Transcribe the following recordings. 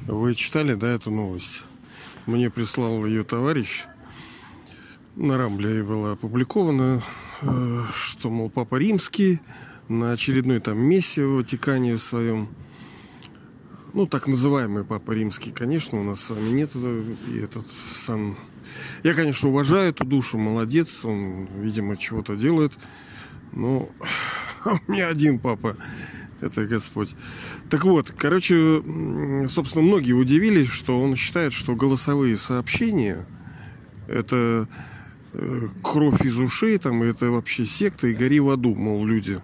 Вы читали, да, эту новость? Мне прислал ее товарищ. На Рамблере была опубликована, что, мол, Папа Римский на очередной там мессе в Ватикане в своем, ну, так называемый Папа Римский, конечно, у нас с вами нет, и этот сам... Я, конечно, уважаю эту душу, молодец, он, видимо, чего-то делает, но у меня один папа, это Господь. Так вот, короче, собственно, многие удивились, что он считает, что голосовые сообщения — это кровь из ушей, там, это вообще секта, и гори в аду, мол, люди.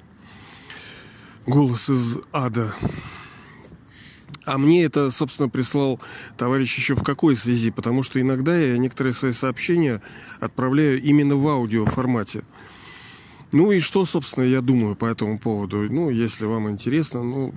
Голос из ада. А мне это, собственно, прислал товарищ еще в какой связи? Потому что иногда я некоторые свои сообщения отправляю именно в аудиоформате. Ну и что, собственно, я думаю по этому поводу? Ну, если вам интересно, ну...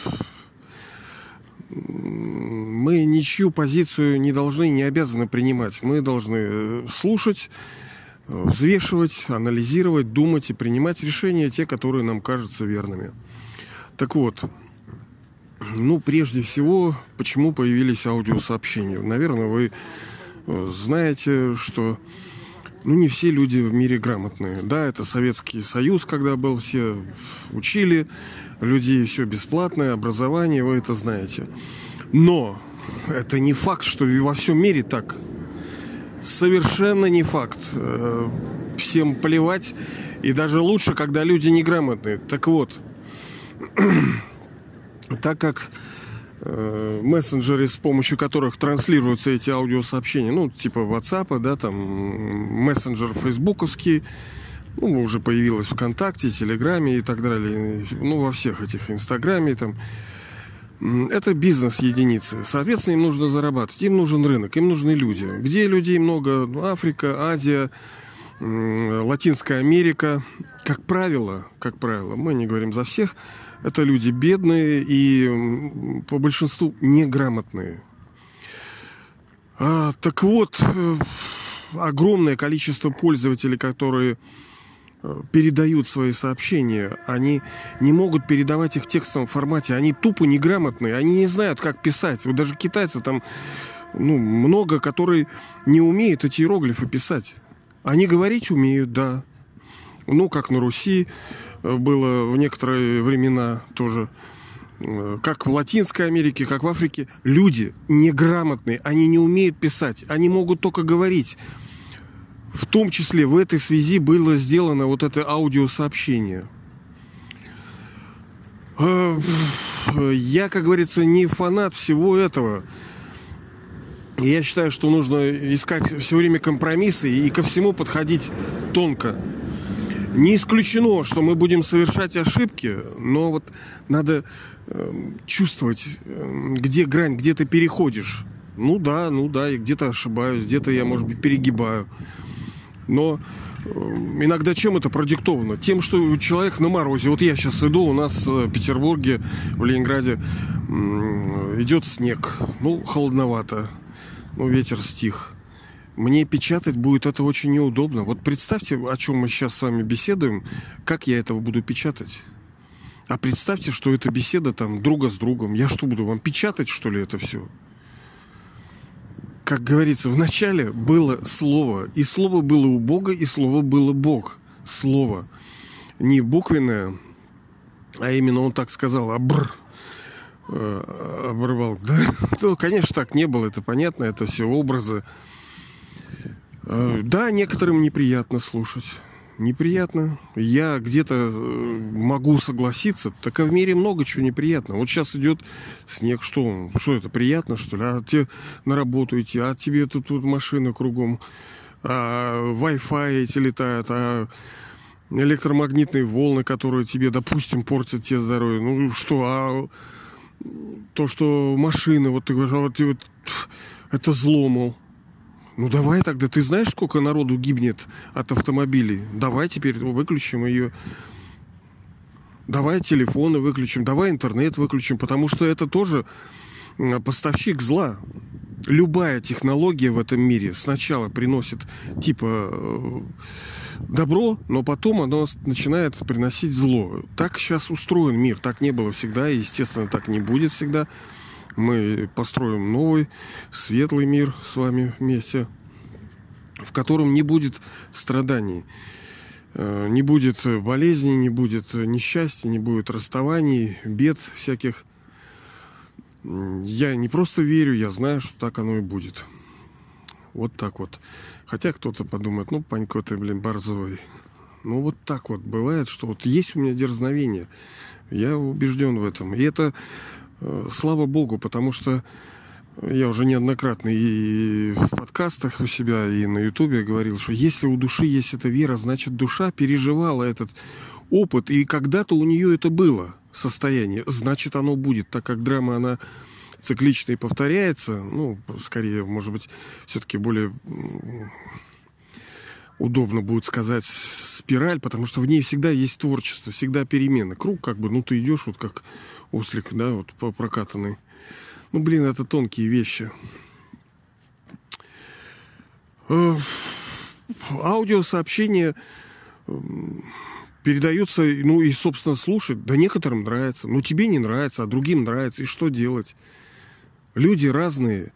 Мы ничью позицию не должны, не обязаны принимать. Мы должны слушать, взвешивать, анализировать, думать и принимать решения, те, которые нам кажутся верными. Так вот, ну, прежде всего, почему появились аудиосообщения? Наверное, вы знаете, что не все люди в мире грамотные. Да, это Советский Союз, когда был, все учили людей, все бесплатное, образование, вы это знаете. Но это не факт, что во всем мире так. Совершенно не факт. Всем плевать. И даже лучше, когда люди неграмотные. Так вот, так как мессенджеры, с помощью которых транслируются эти аудиосообщения, ну, типа WhatsApp, да, там, мессенджер фейсбуковский, ну, уже появилось ВКонтакте, Телеграме и так далее, ну, во всех этих, Инстаграме, там, это бизнес-единицы. Соответственно, им нужно зарабатывать, им нужен рынок, им нужны люди. Где людей много? Африка, Азия, Латинская Америка. Как правило, мы не говорим за всех, это люди бедные и по большинству неграмотные. Так вот, огромное количество пользователей, которые передают свои сообщения, они не могут передавать их в текстовом формате, они тупо неграмотные, они не знают, как писать. Вот даже китайцы там, много, которые не умеют эти иероглифы писать. Они говорить умеют, да. Ну, как на Руси было в некоторые времена тоже, как в Латинской Америке, как в Африке, люди неграмотные, они не умеют писать, они могут только говорить. В том числе в этой связи было сделано вот это аудиосообщение. Я, как говорится, не фанат всего этого. Я считаю, что нужно искать все время компромиссы и ко всему подходить тонко. Не исключено, что мы будем совершать ошибки, но вот надо чувствовать, где грань, где ты переходишь. Ну да, и где-то ошибаюсь, где-то я, может быть, перегибаю. Но иногда чем это продиктовано? Тем, что человек на морозе. Вот я сейчас иду, у нас в Петербурге, в Ленинграде идет снег. Ну, холодновато. Ну, ветер стих. Мне печатать будет это очень неудобно. Вот представьте, о чем мы сейчас с вами беседуем, как я этого буду печатать. А представьте, что это беседа там друга с другом. Я что, буду вам печатать, что ли, это все? Как говорится, вначале было слово. И слово было у Бога, и слово было Бог. Слово. Не буквенное, а именно он так сказал, оборвал. Да? То, конечно, так не было, это понятно, это все образы. Да, некоторым неприятно слушать. Неприятно. Я где-то могу согласиться. Так а в мире много чего неприятного. Вот сейчас идет снег. Что это, приятно, что ли? А тебе на работу идти, а тебе тут машины кругом, Wi-Fi эти летают, электромагнитные волны, которые тебе, допустим, портят тебе здоровье. Ну что, то, что машины, вот ты говоришь, это зло, мол. Ну давай тогда, ты знаешь, сколько народу гибнет от автомобилей? Давай теперь выключим ее. Давай телефоны выключим, давай интернет выключим, потому что это тоже поставщик зла. Любая технология в этом мире сначала приносит типа добро, но потом оно начинает приносить зло. Так сейчас устроен мир, так не было всегда, и, естественно, так не будет всегда. мы построим новый, светлый мир с вами вместе, в котором не будет страданий, не будет болезней, не будет несчастья, не будет расставаний, бед всяких. Я не просто верю, я знаю, что так оно и будет. Вот так вот. Хотя кто-то подумает, ну, Панько, ты, борзой. Ну, вот так вот бывает, что вот есть у меня дерзновение. Я убежден в этом. И это слава Богу, потому что я уже неоднократно и в подкастах у себя, и на Ютубе говорил, что если у души есть эта вера, значит, душа переживала этот опыт, и когда-то у нее это было состояние, значит, оно будет, так как драма, она циклично и повторяется, ну, скорее, может быть, все-таки более удобно будет сказать спираль, потому что в ней всегда есть творчество, всегда перемены. Круг, как бы, ну, ты идешь вот как ослик, да, вот прокатанный. Ну, блин, это тонкие вещи. Аудиосообщения передаются, ну, и, собственно, слушать. Да некоторым нравится. Ну, тебе не нравится, а другим нравится. И что делать? Люди разные.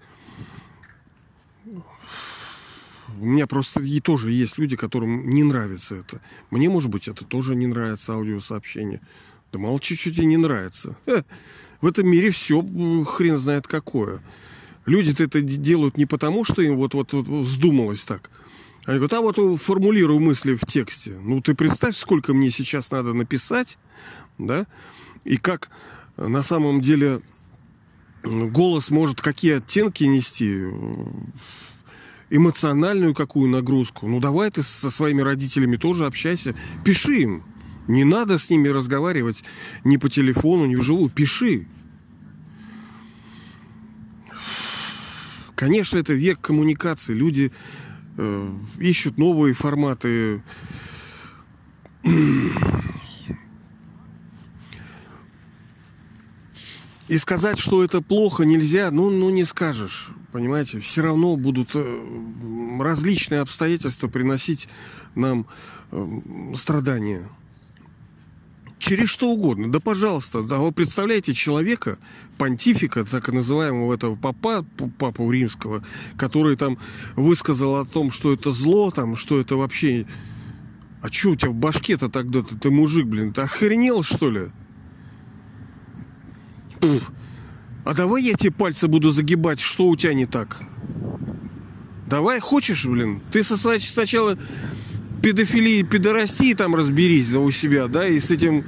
У меня просто и тоже есть люди, которым не нравится это. Мне, может быть, это тоже не нравится, аудиосообщение. Да мало чуть-чуть и не нравится. В этом мире все хрен знает какое. Люди-то это делают не потому, что им вот вздумалось так. Они говорят, а вот формулирую мысли в тексте. Ну, ты представь, сколько мне сейчас надо написать, да? И как на самом деле голос может какие оттенки нести, эмоциональную какую нагрузку. Ну, давай ты со своими родителями тоже общайся. Пиши им. Не надо с ними разговаривать ни по телефону, ни вживую. Пиши. Конечно, это век коммуникации. Люди ищут новые форматы. И сказать, что это плохо, нельзя, ну не скажешь. Понимаете, все равно будут различные обстоятельства приносить нам страдания. Через что угодно. Да, пожалуйста. Да, вы представляете человека, понтифика, так и называемого этого папу римского, который там высказал о том, что это зло, там, что это вообще... А что у тебя в башке-то тогда? Ты мужик, блин, ты охренел, что ли? А давай я тебе пальцы буду загибать, что у тебя не так? Давай, хочешь, блин? Ты сначала педофилии, педорастии там разберись, да, у себя, да, и с этим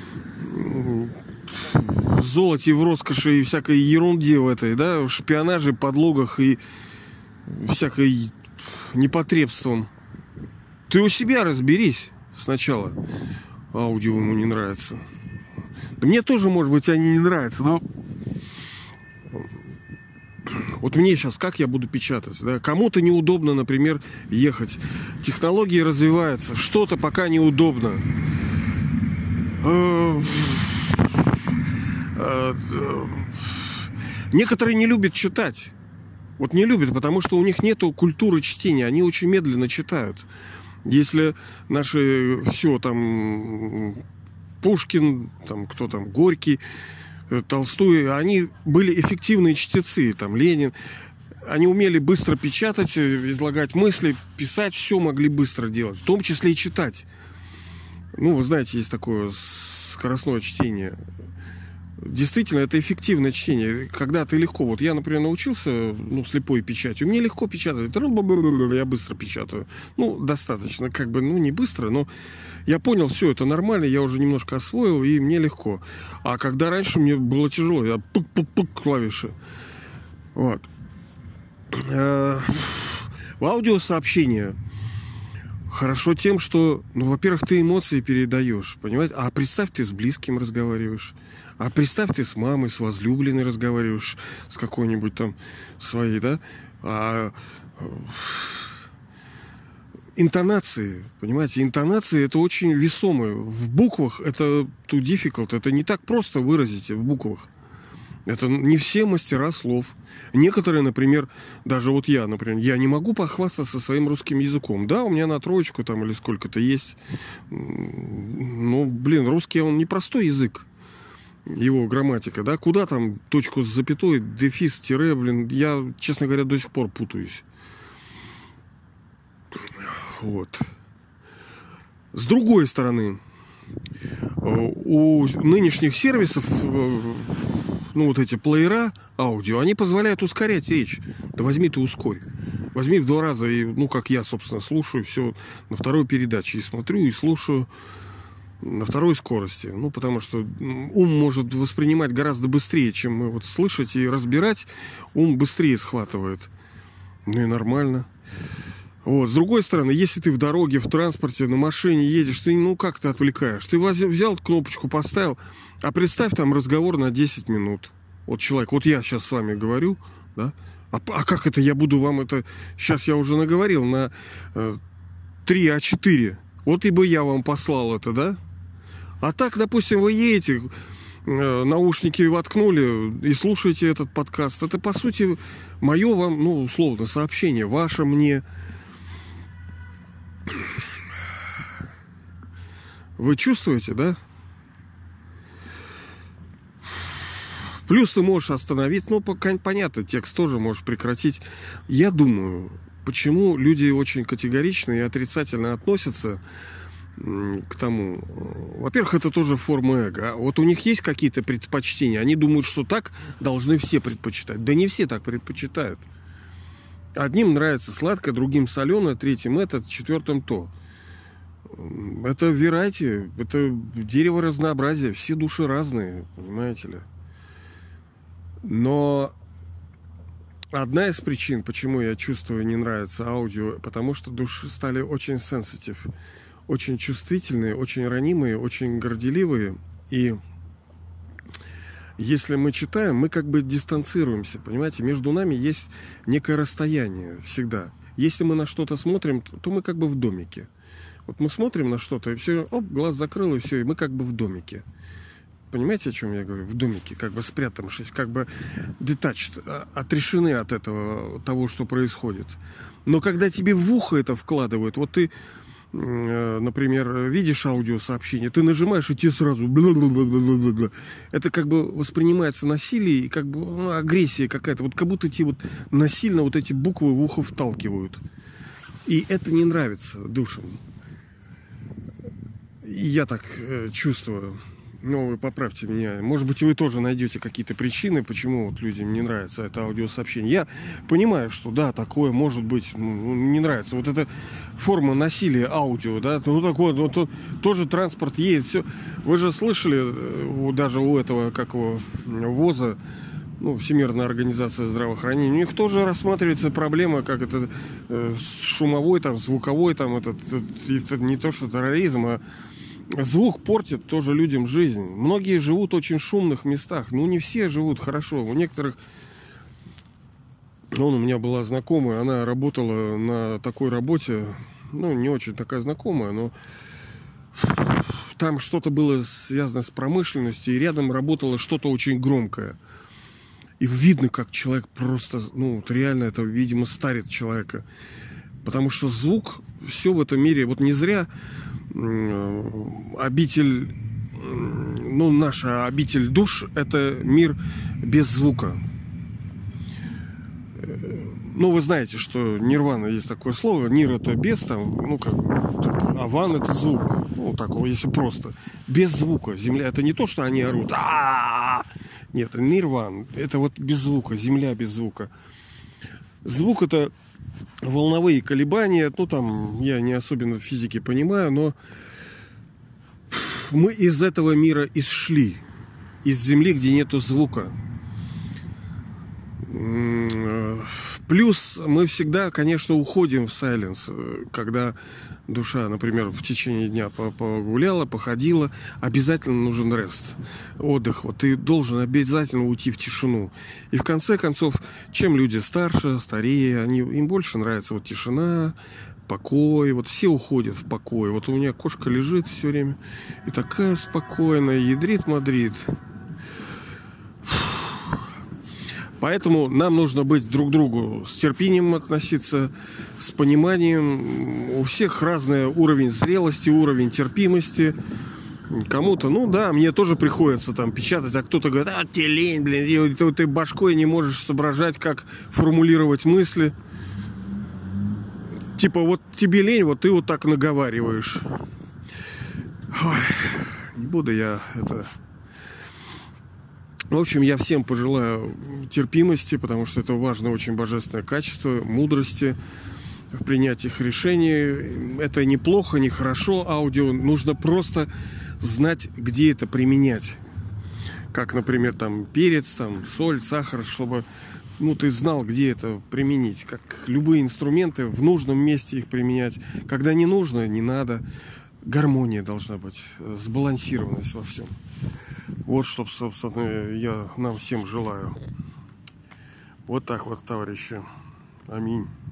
в золоте, в роскоши и всякой ерунде в этой, да, в шпионаже, подлогах и всякой непотребством. Ты у себя разберись сначала. Аудио ему не нравится. Да мне тоже, может быть, они не нравятся, но вот мне сейчас как я буду печатать, да? Кому-то неудобно, например, ехать. Технологии развиваются, что-то пока неудобно. Некоторые не любят читать. Вот не любят, потому что у них нету культуры чтения. Они очень медленно читают. Если наши все там Пушкин, там кто там, Горький, Толстой, они были эффективные чтецы, там Ленин. Они умели быстро печатать, излагать мысли, писать, все могли быстро делать, в том числе и читать. Ну, вы знаете, есть такое скоростное чтение. Действительно, это эффективное чтение. Когда ты легко... Вот я, например, научился, слепой печатью. Мне легко печатать. Я быстро печатаю. Достаточно, не быстро, но я понял, все, это нормально, я уже немножко освоил, и мне легко. А когда раньше мне было тяжело, я пук-пук-пук клавиши. Вот. В аудиосообщения хорошо тем, что, во-первых, ты эмоции передаешь, понимаете? А представь, ты с близким разговариваешь. А представь, ты с мамой, с возлюбленной разговариваешь, с какой-нибудь там своей, да? Интонации, понимаете? Интонации это очень весомые. В буквах это too difficult. Это не так просто выразить в буквах. Это не все мастера слов. Некоторые, например, даже вот я, например, я не могу похвастаться своим русским языком. Да, у меня на 3 там или сколько-то есть. Русский, он непростой язык. его грамматика, да, куда там точку с запятой, дефис, тире, блин, я, честно говоря, до сих пор путаюсь. Вот. С другой стороны, у нынешних сервисов, ну, вот эти плеера аудио, они позволяют ускорять речь. Да возьми ты ускорь. Возьми в 2 раза, и, ну, как я, собственно, слушаю все на второй передаче. И смотрю, и слушаю на второй скорости. Ну, потому что ум может воспринимать гораздо быстрее, чем мы вот слышать и разбирать. Ум быстрее схватывает. Ну и нормально. Вот. С другой стороны, если ты в дороге, в транспорте, на машине едешь, ты, ну, как ты отвлекаешь? Ты взял кнопочку, поставил, а представь там разговор на 10 минут. Вот человек, вот я сейчас с вами говорю, да? А как это я буду вам это... Сейчас я уже наговорил на 3 А4. Вот и бы я вам послал это, да? А так, допустим, вы едете, наушники воткнули и слушаете этот подкаст. Это, по сути, мое вам, ну, условно, сообщение, ваше мне. Вы чувствуете, да? Плюс ты можешь остановить, ну, понятно, текст тоже можешь прекратить. Я думаю, почему люди очень категорично и отрицательно относятся к тому. Во-первых, это тоже форма эго. Вот у них есть какие-то предпочтения. Они думают, что так должны все предпочитать. Да не все так предпочитают. Одним нравится сладкое, другим соленое, третьим это, четвертым то. Это верайте, это дерево разнообразия. Все души разные, понимаете ли. Но одна из причин, почему я чувствую, не нравится аудио, потому что души стали очень сенситив. Очень чувствительные, очень ранимые, очень горделивые. И если мы читаем, мы как бы дистанцируемся, понимаете? Между нами есть некое расстояние всегда. Если мы на что-то смотрим, то мы как бы в домике. Вот мы смотрим на что-то, и все, оп, глаз закрыл, и все, и мы как бы в домике. Понимаете, о чем я говорю? В домике, как бы спрятавшись, как бы detached, отрешены от этого, того, что происходит. Но когда тебе в ухо это вкладывают, вот ты... например, видишь аудиосообщение, ты нажимаешь, и тебе сразу бла-бла-бла-бла-бла. Это как бы воспринимается насилие и как бы, ну, агрессия какая-то. Вот как будто тебе вот насильно вот эти буквы в ухо вталкивают. И это не нравится душам. И я так чувствую. Ну, вы поправьте меня. Может быть, и вы тоже найдете какие-то причины, почему вот людям не нравится это аудиосообщение. Я понимаю, что да, такое может быть, ну, не нравится. Вот эта форма насилия аудио, да, ну такое, вот, тоже транспорт едет, все. Вы же слышали, даже у этого, как его, ВОЗа, ну, Всемирная организация здравоохранения, у них тоже рассматривается проблема, как это шумовой, там, звуковой, там, это не то, что терроризм, а звук портит тоже людям жизнь. Многие живут в очень шумных местах. Ну, не все живут хорошо. У некоторых... У меня была знакомая, она работала на такой работе. Ну, не очень такая знакомая, но... Там что-то было связано с промышленностью, и рядом работало что-то очень громкое. И видно, как человек просто... Ну, вот реально это, видимо, старит человека. Потому что звук, все в этом мире... Вот не зря... обитель, ну, наша обитель душ — это мир без звука. Ну, вы знаете, что нирвана есть такое слово. Нир — это без, там, ну, как, так, а ван — это звук. Ну, так, если просто. Без звука. Земля — это не то, что они орут. Нет, нирван — это вот без звука. Земля без звука. Звук — это волновые колебания. Ну, там, я не особенно в физике понимаю, но мы из этого мира исшли. Из Земли, где нету звука. Плюс мы всегда, конечно, уходим в сайленс, когда душа, например, в течение дня погуляла, походила, обязательно нужен рест, отдых. Вот ты должен обязательно уйти в тишину. И в конце концов, чем люди старше, старее, им больше нравится вот тишина, покой. Вот все уходят в покой. Вот у меня кошка лежит все время и такая спокойная, ядрит-мадрит. Поэтому нам нужно быть друг к другу с терпением относиться, с пониманием. У всех разный уровень зрелости, уровень терпимости. Кому-то, ну да, мне тоже приходится там печатать, а кто-то говорит, а тебе лень, блин, и ты башкой не можешь соображать, как формулировать мысли. Типа вот тебе лень, вот ты вот так наговариваешь. Ой, не буду я это... В общем, я всем пожелаю терпимости, потому что это важное, очень божественное качество, мудрости в принятии решений. Это неплохо, не хорошо аудио. Нужно просто знать, где это применять. Как, например, там перец, там соль, сахар, чтобы ты знал, где это применить. Как любые инструменты, в нужном месте их применять. Когда не нужно, не надо. Гармония должна быть, сбалансированность во всем. Вот что, собственно, я нам всем желаю. Вот так вот, товарищи. Аминь.